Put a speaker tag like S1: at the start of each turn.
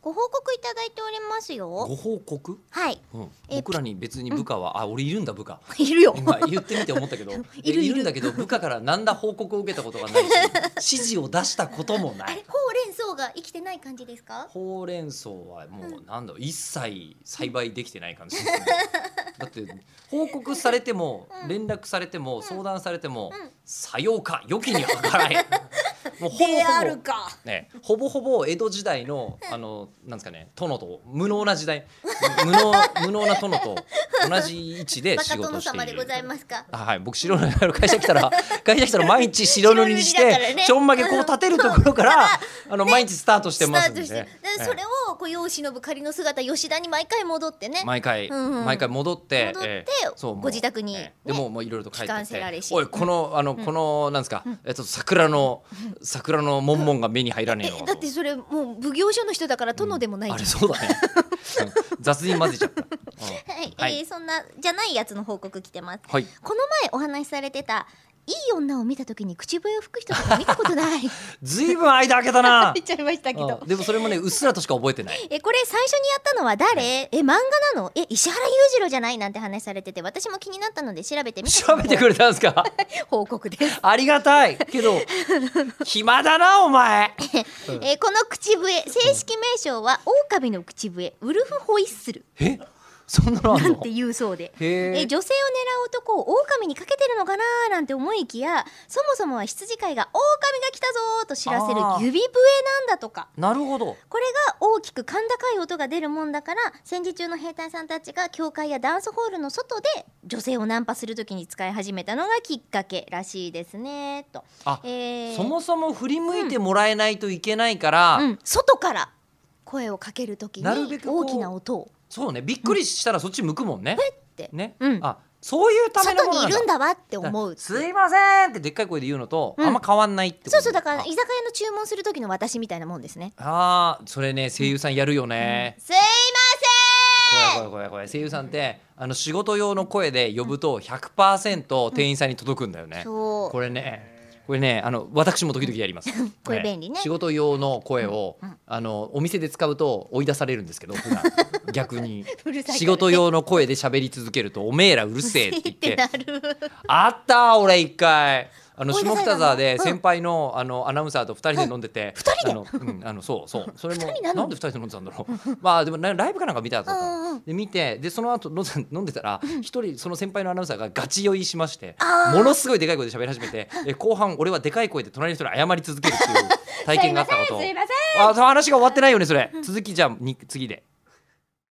S1: ご報告いただいておりますよ。
S2: ご報告？
S1: はい。
S2: 僕らに別に部下は、俺いるんだ部下。
S1: いるよ。
S2: 今言ってみて思ったけどいるんだけど部下から何ら報告を受けたことがないし指示を出したこともない。
S1: ほうれん草が生きてない感じですか？
S2: ほうれん草はもうなんだろう、一切栽培できてない感じですね。だって報告されても連絡されても相談されてもさようか良きに計らえ。もうほぼ
S1: であ
S2: ほぼ
S1: るか。
S2: ね、ほぼほぼ江戸時代のなんですかね、殿と無能な時代、無能な殿と同じ位置で仕事をしている。
S1: バカ殿様でございますか？
S2: はい、僕白塗り会社来たら毎日白塗りにしてちょんまげこう立てるところから毎日スタートしてますんで、
S1: それをこう世を忍ぶ仮の姿吉田に毎回戻ってね、
S2: 毎回戻って
S1: そうご自宅に
S2: でもいろいろと帰ってきて、
S1: お
S2: いこのなんですか、桜の文言が目に入らねえの。
S1: だってそれもう奉行所の人だから殿でもないじゃん。
S2: あれそうだね。雑に混ぜちゃった。
S1: はい、そんなじゃないやつの報告来てます。
S2: はい、
S1: この前お話しされてたいい女を見た時に口笛を吹く人とか見たことない。
S2: ずいぶん間開けたな。
S1: 言っちゃいましたけど、
S2: でもそれもねうっすらとしか覚えてない。
S1: これ最初にやったのは誰？漫画なの？石原裕次郎じゃないなんて話されてて、私も気になったので調べてみた。
S2: 調べてくれたんですか？
S1: 報告です。
S2: ありがたいけど暇だなお前。
S1: この口笛正式名称は狼の口笛ウルフホイッスル。
S2: そんなのあんの？
S1: なんて言うそうで、女性を狙う男を狼にかけてるのかななんて思いきや、そもそもは羊飼いが狼が来たぞーと知らせる指笛なんだとか。
S2: なるほど。
S1: これが大きく甲高い音が出るもんだから、戦時中の兵隊さんたちが教会やダンスホールの外で女性をナンパするときに使い始めたのがきっかけらしいですねと。
S2: そもそも振り向いてもらえないといけないから、
S1: 外から声をかけるときに大きな音を。
S2: そうね、びっくりしたらそっち向くもんね。ね、そういうためのものなんだ。
S1: 外にいるんだわって思う。
S2: すいませんってでっかい声で言うのとあんま変わんないってこと。
S1: そうだから居酒屋の注文する時の私みたいなもんですね。
S2: それね声優さんやるよね。
S1: すいません。
S2: 怖い声優さんって仕事用の声で呼ぶと 100% 店員さんに届くんだよね。これね私も時々やります。
S1: これ便利ね。
S2: 仕事用の声をお店で使うと追い出されるんですけど、普段逆に仕事用の声で喋り続けるとおめえらうるせえって言ってあった俺一回下北沢で先輩のアナウンサーと2人で飲んでて、そうそれもなんで2人で飲んでたんだろう。まあでもライブかなんか見たやつだったで見て、でその後飲んでたら一人その先輩のアナウンサーがガチ酔いしまして、ものすごいでかい声で喋り始めて、後半俺はでかい声で隣の人に謝り続けるっていう体験があったこと。話が終わってないよねそれ。続きじゃあ次で。